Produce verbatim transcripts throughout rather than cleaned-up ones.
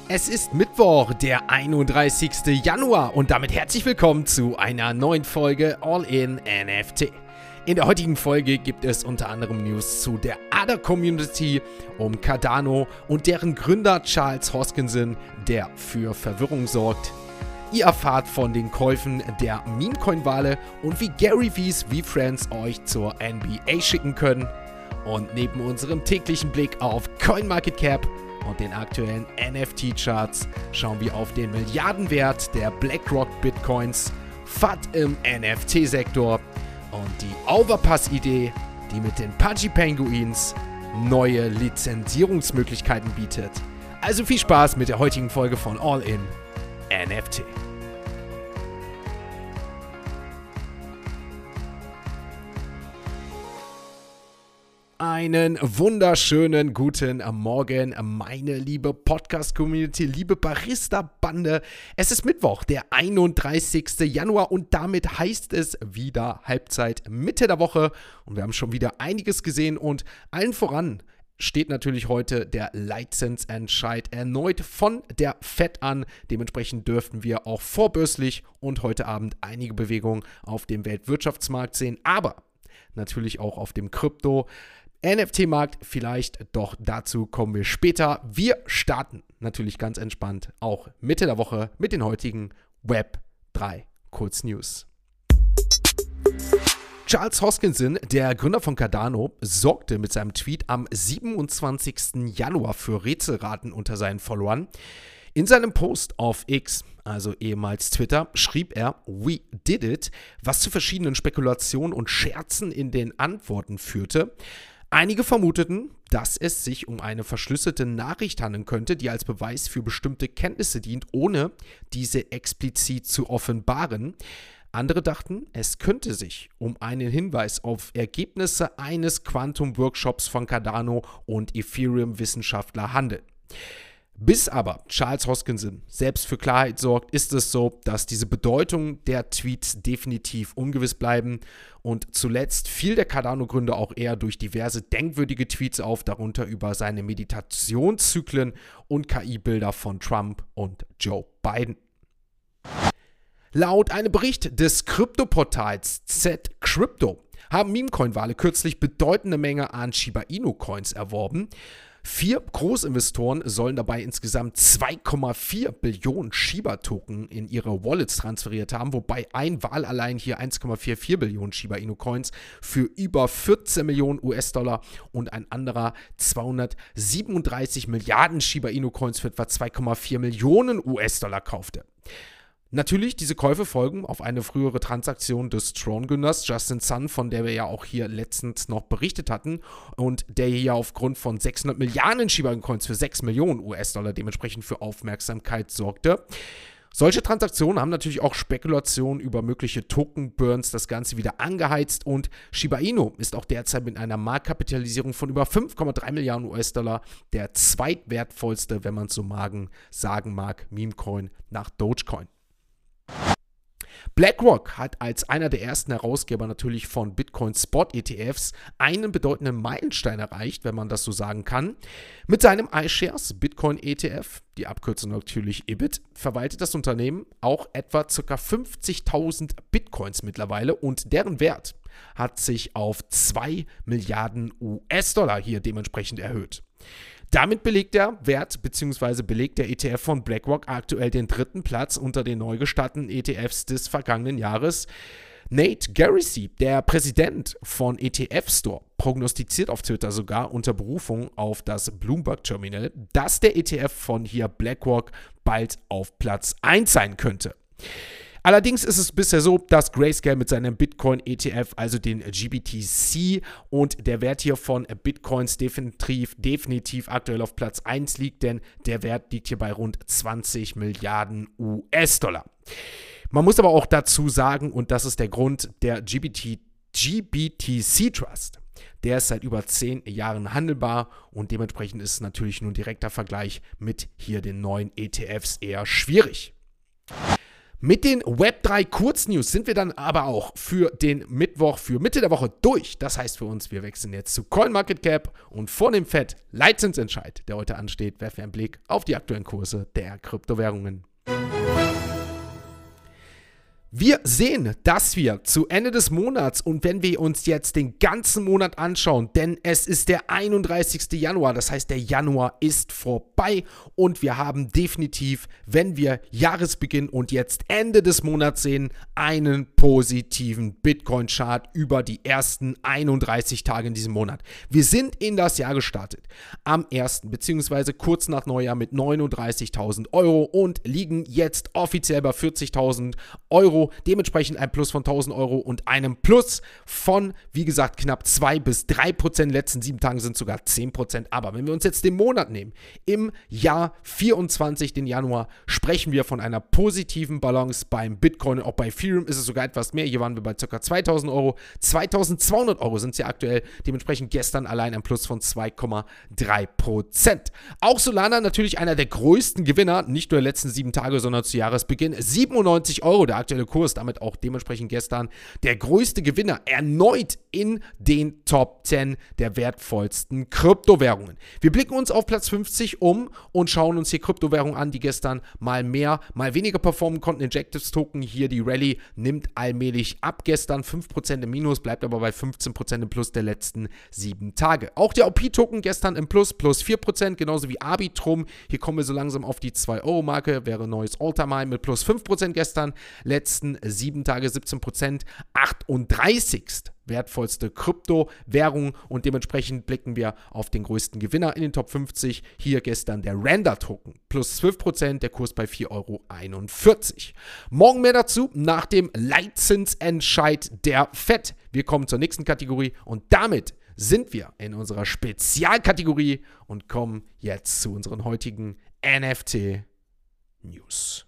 Es ist Mittwoch, der einunddreißigste Januar und damit herzlich willkommen zu einer neuen Folge All-in N F T. In der heutigen Folge gibt es unter anderem News zu der A D A-Community, um Cardano und deren Gründer Charles Hoskinson, der für Verwirrung sorgt. Ihr erfahrt von den Käufen der Memecoin-Wale und wie Gary V's V-Friends euch zur N B A schicken können. Und neben unserem täglichen Blick auf CoinMarketCap und den aktuellen N F T-Charts schauen wir auf den Milliardenwert der BlackRock-Bitcoins, F A T im N F T-Sektor und die Overpass-Idee, die mit den Pudgy Penguins neue Lizenzierungsmöglichkeiten bietet. Also viel Spaß mit der heutigen Folge von All-in N F T. Einen wunderschönen guten Morgen, meine liebe Podcast-Community, liebe Barista-Bande. Es ist Mittwoch, der einunddreißigste Januar und damit heißt es wieder Halbzeit, Mitte der Woche. Und wir haben schon wieder einiges gesehen und allen voran steht natürlich heute der Leitzinsentscheid erneut von der Fed an. Dementsprechend dürften wir auch vorbörslich und heute Abend einige Bewegungen auf dem Weltwirtschaftsmarkt sehen, aber natürlich auch auf dem Krypto- N F T-Markt vielleicht, doch dazu kommen wir später. Wir starten natürlich ganz entspannt auch Mitte der Woche mit den heutigen Web drei Kurznews. Charles Hoskinson, der Gründer von Cardano, sorgte mit seinem Tweet am siebenundzwanzigsten Januar für Rätselraten unter seinen Followern. In seinem Post auf X, also ehemals Twitter, schrieb er "We did it", was zu verschiedenen Spekulationen und Scherzen in den Antworten führte. Einige vermuteten, dass es sich um eine verschlüsselte Nachricht handeln könnte, die als Beweis für bestimmte Kenntnisse dient, ohne diese explizit zu offenbaren. Andere dachten, es könnte sich um einen Hinweis auf Ergebnisse eines Quantum-Workshops von Cardano und Ethereum-Wissenschaftler handeln. Bis aber Charles Hoskinson selbst für Klarheit sorgt, ist es so, dass diese Bedeutung der Tweets definitiv ungewiss bleiben. Und zuletzt fiel der Cardano-Gründer auch eher durch diverse denkwürdige Tweets auf, darunter über seine Meditationszyklen und K I-Bilder von Trump und Joe Biden. Laut einem Bericht des Kryptoportals Z-Crypto haben Memecoin-Wale kürzlich bedeutende Menge an Shiba Inu-Coins erworben. Vier Großinvestoren sollen dabei insgesamt zwei Komma vier Billionen Shiba-Token in ihre Wallets transferiert haben, wobei ein Wal allein hier eins Komma vierundvierzig Billionen Shiba Inu-Coins für über vierzehn Millionen U S-Dollar und ein anderer zweihundertsiebenunddreißig Milliarden Shiba Inu-Coins für etwa zwei Komma vier Millionen U S-Dollar kaufte. Natürlich, diese Käufe folgen auf eine frühere Transaktion des Throne-Gründers Justin Sun, von der wir ja auch hier letztens noch berichtet hatten und der hier aufgrund von sechshundert Milliarden Shiba-Coins für sechs Millionen U S-Dollar dementsprechend für Aufmerksamkeit sorgte. Solche Transaktionen haben natürlich auch Spekulationen über mögliche Token-Burns das Ganze wieder angeheizt und Shiba Inu ist auch derzeit mit einer Marktkapitalisierung von über fünf Komma drei Milliarden U S-Dollar der zweitwertvollste, wenn man es so magen, sagen mag, Memecoin nach Dogecoin. BlackRock hat als einer der ersten Herausgeber natürlich von Bitcoin-Spot-E T Fs einen bedeutenden Meilenstein erreicht, wenn man das so sagen kann. Mit seinem iShares Bitcoin-E T F, die Abkürzung natürlich I B I T, verwaltet das Unternehmen auch etwa ca. fünfzigtausend Bitcoins mittlerweile und deren Wert hat sich auf zwei Milliarden U S-Dollar hier dementsprechend erhöht. Damit belegt der Wert bzw. belegt der E T F von BlackRock aktuell den dritten Platz unter den neu gestarteten E T Fs des vergangenen Jahres. Nate Geraci, der Präsident von E T F Store, prognostiziert auf Twitter sogar unter Berufung auf das Bloomberg Terminal, dass der E T F von hier BlackRock bald auf Platz eins sein könnte. Allerdings ist es bisher so, dass Grayscale mit seinem Bitcoin-E T F, also den G B T C und der Wert hier von Bitcoins definitiv, definitiv aktuell auf Platz eins liegt, denn der Wert liegt hier bei rund zwanzig Milliarden U S-Dollar. Man muss aber auch dazu sagen, und das ist der Grund, der G B T, G B T C Trust, der ist seit über zehn Jahren handelbar und dementsprechend ist es natürlich nur ein direkter Vergleich mit hier den neuen E T Fs eher schwierig. Mit den Web drei Kurznews sind wir dann aber auch für den Mittwoch, für Mitte der Woche durch. Das heißt für uns, wir wechseln jetzt zu CoinMarketCap und vor dem Fed Leitzinsentscheid, der heute ansteht, werfen wir einen Blick auf die aktuellen Kurse der Kryptowährungen. Wir sehen, dass wir zu Ende des Monats und wenn wir uns jetzt den ganzen Monat anschauen, denn es ist der einunddreißigste Januar, das heißt der Januar ist vorbei und wir haben definitiv, wenn wir Jahresbeginn und jetzt Ende des Monats sehen, einen positiven Bitcoin-Chart über die ersten einunddreißig Tage in diesem Monat. Wir sind in das Jahr gestartet am ersten beziehungsweise kurz nach Neujahr mit neununddreißigtausend Euro und liegen jetzt offiziell bei vierzigtausend Euro. Dementsprechend ein Plus von tausend Euro und einem Plus von, wie gesagt, knapp zwei bis drei Prozent. In den letzten sieben Tagen sind sogar zehn Prozent. Aber wenn wir uns jetzt den Monat nehmen, im Jahr vierundzwanzig, den Januar, sprechen wir von einer positiven Balance beim Bitcoin. Auch bei Ethereum ist es sogar etwas mehr. Hier waren wir bei ca. zweitausend Euro. zweitausendzweihundert Euro sind es ja aktuell. Dementsprechend gestern allein ein Plus von zwei Komma drei Prozent. Auch Solana natürlich einer der größten Gewinner, nicht nur der letzten sieben Tage, sondern zu Jahresbeginn. siebenundneunzig Euro, der aktuelle Kurs, damit auch dementsprechend gestern der größte Gewinner erneut in den Top zehn der wertvollsten Kryptowährungen. Wir blicken uns auf Platz fünfzig um und schauen uns hier Kryptowährungen an, die gestern mal mehr, mal weniger performen konnten. Injectives Token, hier die Rallye nimmt allmählich ab. Gestern fünf Prozent im Minus, bleibt aber bei fünfzehn Prozent im Plus der letzten sieben Tage. Auch der O P-Token gestern im Plus, plus vier Prozent, genauso wie Arbitrum. Hier kommen wir so langsam auf die zwei Euro Marke, wäre neues All-Time-High mit plus fünf Prozent gestern. Letzten sieben Tage siebzehn Prozent, achtunddreißigste wertvollste Kryptowährung und dementsprechend blicken wir auf den größten Gewinner in den Top fünfzig. Hier gestern der Render-Token, plus zwölf Prozent, der Kurs bei vier Euro einundvierzig. Morgen mehr dazu nach dem Leitzinsentscheid der Fed. Wir kommen zur nächsten Kategorie und damit sind wir in unserer Spezialkategorie und kommen jetzt zu unseren heutigen N F T-News.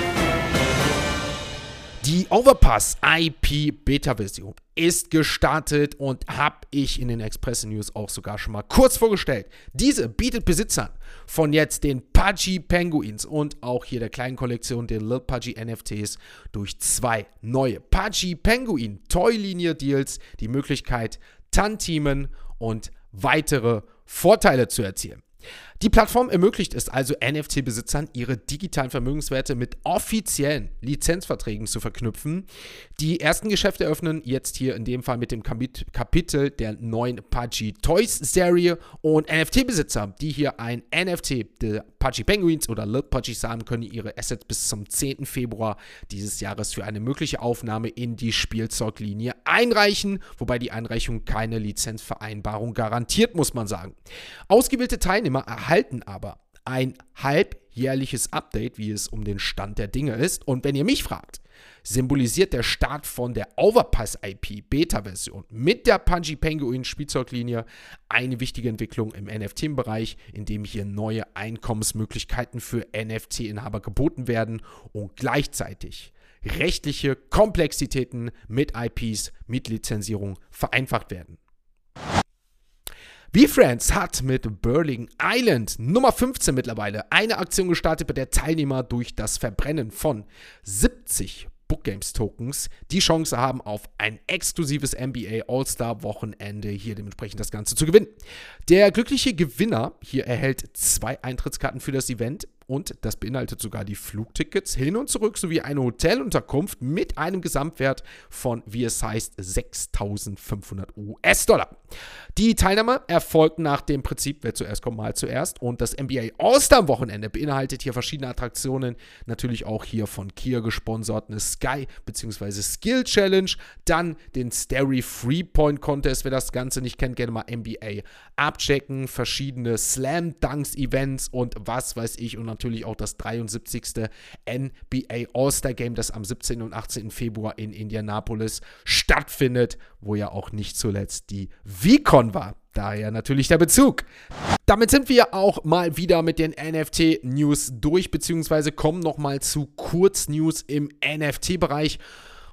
Die Overpass I P Beta-Version ist gestartet und habe ich in den Express News auch sogar schon mal kurz vorgestellt. Diese bietet Besitzern von jetzt den Pudgy Penguins und auch hier der kleinen Kollektion den Lil Pudgy N F Ts durch zwei neue Pudgy Penguin Toy-Linie Deals die Möglichkeit, Tantimen und weitere Vorteile zu erzielen. Die Plattform ermöglicht es also N F T-Besitzern, ihre digitalen Vermögenswerte mit offiziellen Lizenzverträgen zu verknüpfen. Die ersten Geschäfte eröffnen jetzt hier in dem Fall mit dem Kapitel der neuen Pudgy Toys-Serie und N F T-Besitzer, die hier ein N F T der Pudgy Penguins oder Lil Pudgys haben, können ihre Assets bis zum zehnten Februar dieses Jahres für eine mögliche Aufnahme in die Spielzeuglinie einreichen, wobei die Einreichung keine Lizenzvereinbarung garantiert, muss man sagen. Ausgewählte Teilnehmer erhalten aber ein halbjährliches Update, wie es um den Stand der Dinge ist. Und wenn ihr mich fragt, symbolisiert der Start von der Overpass I P Beta-Version mit der Pudgy Penguin Spielzeuglinie eine wichtige Entwicklung im N F T-Bereich, in dem hier neue Einkommensmöglichkeiten für N F T-Inhaber geboten werden und gleichzeitig rechtliche Komplexitäten mit I Ps, mit Lizenzierung vereinfacht werden. VeeFriends hat mit Burling Island Nummer fünfzehn mittlerweile eine Aktion gestartet, bei der Teilnehmer durch das Verbrennen von siebzig Book Games Tokens die Chance haben, auf ein exklusives N B A All-Star Wochenende hier dementsprechend das Ganze zu gewinnen. Der glückliche Gewinner hier erhält zwei Eintrittskarten für das Event und das beinhaltet sogar die Flugtickets hin und zurück sowie eine Hotelunterkunft mit einem Gesamtwert von, wie es heißt, sechstausendfünfhundert U S-Dollar. Die Teilnahme erfolgt nach dem Prinzip, wer zuerst kommt, mal zuerst. Und das N B A All-Star-Wochenende beinhaltet hier verschiedene Attraktionen, natürlich auch hier von Kia gesponsert, eine Sky bzw. Skill Challenge, dann den Starry Free Point Contest, wer das Ganze nicht kennt, gerne mal N B A abchecken, verschiedene Slam Dunks Events und was weiß ich und natürlich auch das dreiundsiebzigste N B A All-Star Game, das am siebzehnten und achtzehnten Februar in Indianapolis stattfindet, wo ja auch nicht zuletzt die VeeCon war. Daher natürlich der Bezug. Damit sind wir auch mal wieder mit den N F T-News durch, beziehungsweise kommen nochmal zu Kurznews im N F T-Bereich.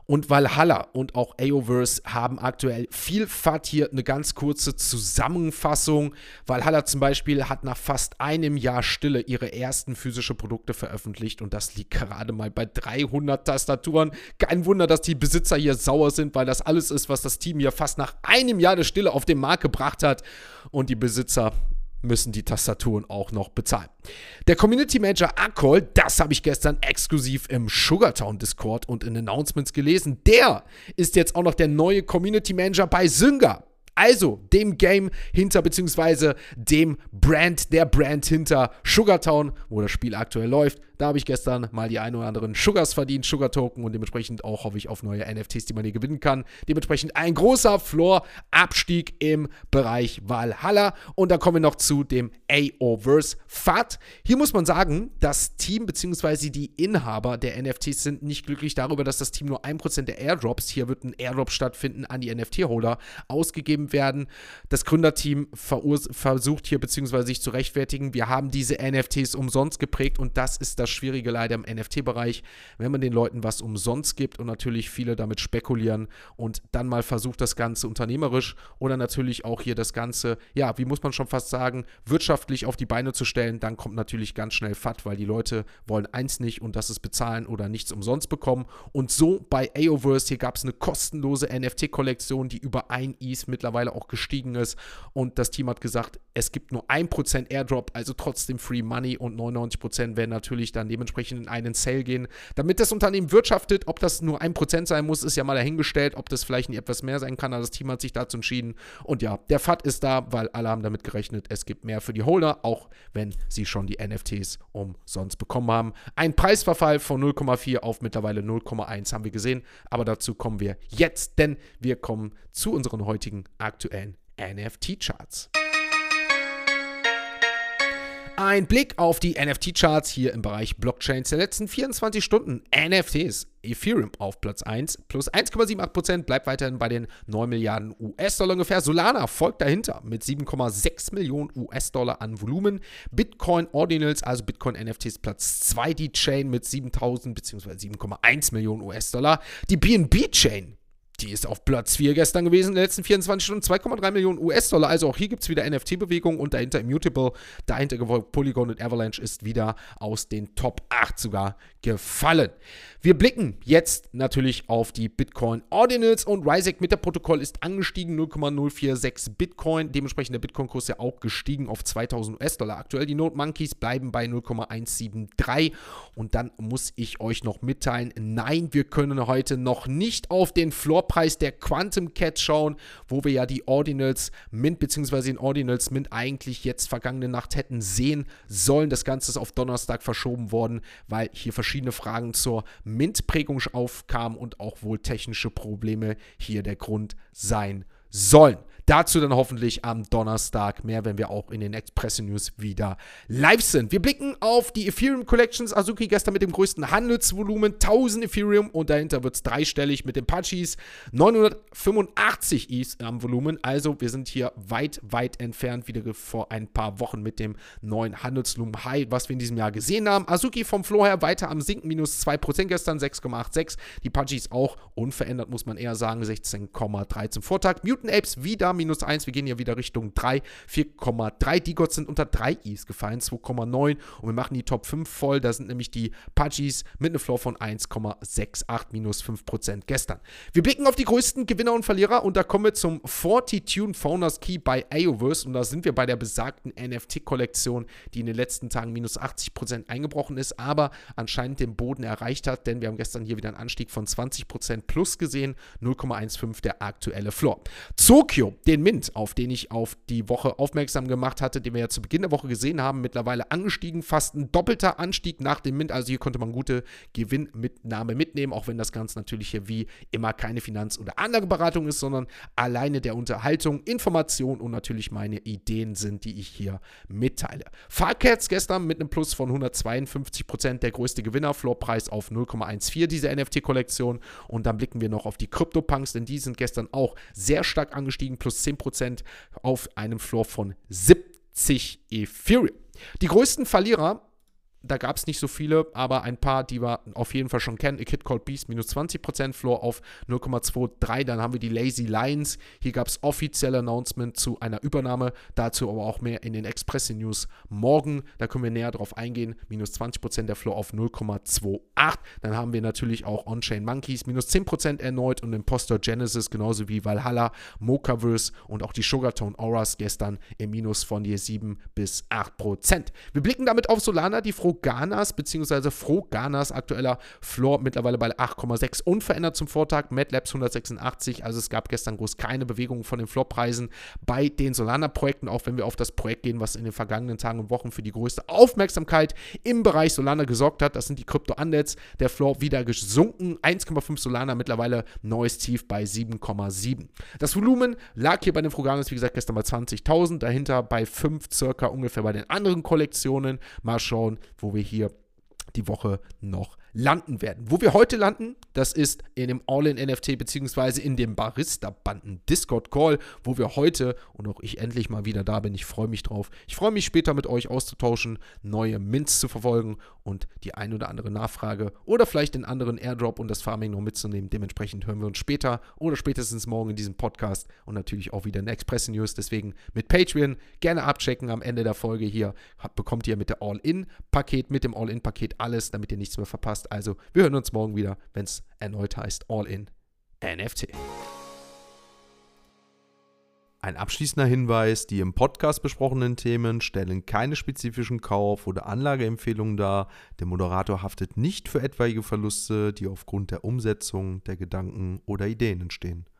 Und Valhalla und auch Aoverse haben aktuell viel F A T. Hier eine ganz kurze Zusammenfassung. Valhalla zum Beispiel hat nach fast einem Jahr Stille ihre ersten physischen Produkte veröffentlicht und das liegt gerade mal bei dreihundert Tastaturen. Kein Wunder, dass die Besitzer hier sauer sind, weil das alles ist, was das Team hier fast nach einem Jahr der Stille auf den Markt gebracht hat und die Besitzer müssen die Tastaturen auch noch bezahlen. Der Community Manager Akol, das habe ich gestern exklusiv im Sugartown Discord und in Announcements gelesen, der ist jetzt auch noch der neue Community Manager bei Zynga. Also dem Game hinter, beziehungsweise dem Brand, der Brand hinter Sugartown, wo das Spiel aktuell läuft. Da habe ich gestern mal die ein oder anderen Sugars verdient, Sugar-Token und dementsprechend auch hoffe ich auf neue N F Ts, die man hier gewinnen kann. Dementsprechend ein großer Floor-Abstieg im Bereich Valhalla. Und dann kommen wir noch zu dem Aoverse F A T. Hier muss man sagen, das Team bzw. die Inhaber der N F Ts sind nicht glücklich darüber, dass das Team nur ein Prozent der Airdrops, hier wird ein Airdrop stattfinden, an die N F T-Holder ausgegeben werden. Das Gründerteam versucht hier bzw. sich zu rechtfertigen, wir haben diese N F Ts umsonst geprägt und das ist das Schwierige leider im N F T-Bereich, wenn man den Leuten was umsonst gibt und natürlich viele damit spekulieren und dann mal versucht, das Ganze unternehmerisch oder natürlich auch hier das Ganze, ja, wie muss man schon fast sagen, wirtschaftlich auf die Beine zu stellen, dann kommt natürlich ganz schnell F A T, weil die Leute wollen eins nicht und das ist bezahlen oder nichts umsonst bekommen. Und so bei Aoverse, hier gab es eine kostenlose N F T-Kollektion, die über ein E T H mittlerweile auch gestiegen ist und das Team hat gesagt, es gibt nur ein Prozent Airdrop, also trotzdem Free Money und neunundneunzig Prozent werden natürlich dann dementsprechend in einen Sale gehen. Damit das Unternehmen wirtschaftet, ob das nur ein Prozent sein muss, ist ja mal dahingestellt, ob das vielleicht nicht etwas mehr sein kann, aber das Team hat sich dazu entschieden. Und ja, der F A T ist da, weil alle haben damit gerechnet, es gibt mehr für die Holder, auch wenn sie schon die N F Ts umsonst bekommen haben. Ein Preisverfall von null Komma vier auf mittlerweile null Komma eins haben wir gesehen, aber dazu kommen wir jetzt, denn wir kommen zu unseren heutigen aktuellen N F T-Charts. Ein Blick auf die N F T-Charts hier im Bereich Blockchains der letzten vierundzwanzig Stunden. N F Ts. Ethereum auf Platz eins, plus eins Komma achtundsiebzig Prozent, bleibt weiterhin bei den neun Milliarden U S-Dollar ungefähr. Solana folgt dahinter mit sieben Komma sechs Millionen U S-Dollar an Volumen. Bitcoin Ordinals, also Bitcoin N F Ts, Platz zwei. Die Chain mit siebentausend bzw. sieben Komma eins Millionen U S-Dollar. Die B N B-Chain, die ist auf Platz vier gestern gewesen, in den letzten vierundzwanzig Stunden, zwei Komma drei Millionen U S-Dollar. Also auch hier gibt es wieder N F T-Bewegung und dahinter Immutable, dahinter gefolgt Polygon und Avalanche ist wieder aus den Top acht sogar gefallen. Wir blicken jetzt natürlich auf die Bitcoin Ordinals und Ryzek mit der Protokoll ist angestiegen, null Komma null vier sechs Bitcoin. Dementsprechend der Bitcoin-Kurs ja auch gestiegen auf zweitausend U S-Dollar. Aktuell die Node Monkeys bleiben bei null Komma eins sieben drei. Und dann muss ich euch noch mitteilen, nein, wir können heute noch nicht auf den Floorpreis der Quantum Cat schauen, wo wir ja die Ordinals Mint bzw. den Ordinals Mint eigentlich jetzt vergangene Nacht hätten sehen sollen. Das Ganze ist auf Donnerstag verschoben worden, weil hier verschiedene Fragen zur Mint-Prägung aufkamen und auch wohl technische Probleme hier der Grund sein sollen. Dazu dann hoffentlich am Donnerstag mehr, wenn wir auch in den Express News wieder live sind. Wir blicken auf die Ethereum Collections. Azuki gestern mit dem größten Handelsvolumen, tausend Ethereum und dahinter wird es dreistellig mit den Pachis. neunhundertfünfundachtzig E T H am Volumen, also wir sind hier weit, weit entfernt, wieder vor ein paar Wochen mit dem neuen Handelsvolumen High, was wir in diesem Jahr gesehen haben. Azuki vom Floor her weiter am Sinken, minus zwei Prozent gestern, sechs Komma sechsundachtzig. Die Pachis auch unverändert, muss man eher sagen, sechzehn Komma drei zum Vortag. Mutant Apes wieder minus eins, wir gehen hier wieder Richtung drei, vier Komma drei. Die Gods sind unter drei E T H gefallen, zwei Komma neun und wir machen die Top fünf voll, da sind nämlich die Pachis mit einem Floor von eins Komma achtundsechzig, minus fünf Prozent gestern. Wir blicken auf die größten Gewinner und Verlierer und da kommen wir zum Fortitude Founders Key bei Aoverse und da sind wir bei der besagten N F T-Kollektion, die in den letzten Tagen minus achtzig Prozent eingebrochen ist, aber anscheinend den Boden erreicht hat, denn wir haben gestern hier wieder einen Anstieg von zwanzig Prozent plus gesehen, null Komma fünfzehn der aktuelle Floor. Zokyo, den Mint, auf den ich auf die Woche aufmerksam gemacht hatte, den wir ja zu Beginn der Woche gesehen haben, mittlerweile angestiegen, fast ein doppelter Anstieg nach dem Mint, also hier konnte man gute Gewinnmitnahme mitnehmen, auch wenn das Ganze natürlich hier wie immer keine Finanz- oder Anlageberatung ist, sondern alleine der Unterhaltung, Information und natürlich meine Ideen sind, die ich hier mitteile. Farcats gestern mit einem Plus von hundertzweiundfünfzig Prozent, der größte Gewinner, Floorpreis auf null Komma vierzehn, diese N F T-Kollektion und dann blicken wir noch auf die CryptoPunks, denn die sind gestern auch sehr stark angestiegen, plus zehn Prozent auf einem Floor von siebzig Ethereum. Die größten Verlierer Da gab es nicht so viele, aber ein paar, die wir auf jeden Fall schon kennen. A Kid Called Beast, minus zwanzig Prozent, Floor auf null Komma zweiundzwanzig. Dann haben wir die Lazy Lions. Hier gab es offizielle Announcement zu einer Übernahme. Dazu aber auch mehr in den Express News morgen. Da können wir näher drauf eingehen. Minus zwanzig Prozent, der Floor auf null Komma achtundzwanzig. Dann haben wir natürlich auch On-Chain Monkeys, minus zehn Prozent erneut. Und Imposter Genesis, genauso wie Valhalla, Mochaverse und auch die Sugartone Auras gestern im Minus von je sieben bis acht Prozent. Wir blicken damit auf Solana, die Froganas bzw. Froganas aktueller Floor mittlerweile bei acht Komma sechs unverändert zum Vortag, MATLabs hundertsechsundachtzig, also es gab gestern groß keine Bewegung von den Floorpreisen bei den Solana-Projekten, auch wenn wir auf das Projekt gehen, was in den vergangenen Tagen und Wochen für die größte Aufmerksamkeit im Bereich Solana gesorgt hat. Das sind die Crypto-Undeads, der Floor wieder gesunken, eins Komma fünf Solana, mittlerweile neues Tief bei sieben Komma sieben. Das Volumen lag hier bei den Froganas, wie gesagt, gestern bei zwanzigtausend, dahinter bei fünf circa ungefähr bei den anderen Kollektionen. Mal schauen, wo wir hier die Woche noch landen werden. Wo wir heute landen, das ist in dem All-in-N F T beziehungsweise in dem Barista-Banden-Discord-Call, wo wir heute und auch ich endlich mal wieder da bin. Ich freue mich drauf. Ich freue mich später mit euch auszutauschen, neue Mints zu verfolgen und die ein oder andere Nachfrage oder vielleicht den anderen Airdrop und das Farming noch mitzunehmen. Dementsprechend hören wir uns später oder spätestens morgen in diesem Podcast und natürlich auch wieder in der Express News. Deswegen mit Patreon gerne abchecken. Am Ende der Folge hier bekommt ihr mit der All-in-Paket, mit dem All-in-Paket alles, damit ihr nichts mehr verpasst. Also, wir hören uns morgen wieder, wenn es erneut heißt All-in N F T. Ein abschließender Hinweis, die im Podcast besprochenen Themen stellen keine spezifischen Kauf- oder Anlageempfehlungen dar. Der Moderator haftet nicht für etwaige Verluste, die aufgrund der Umsetzung der Gedanken oder Ideen entstehen.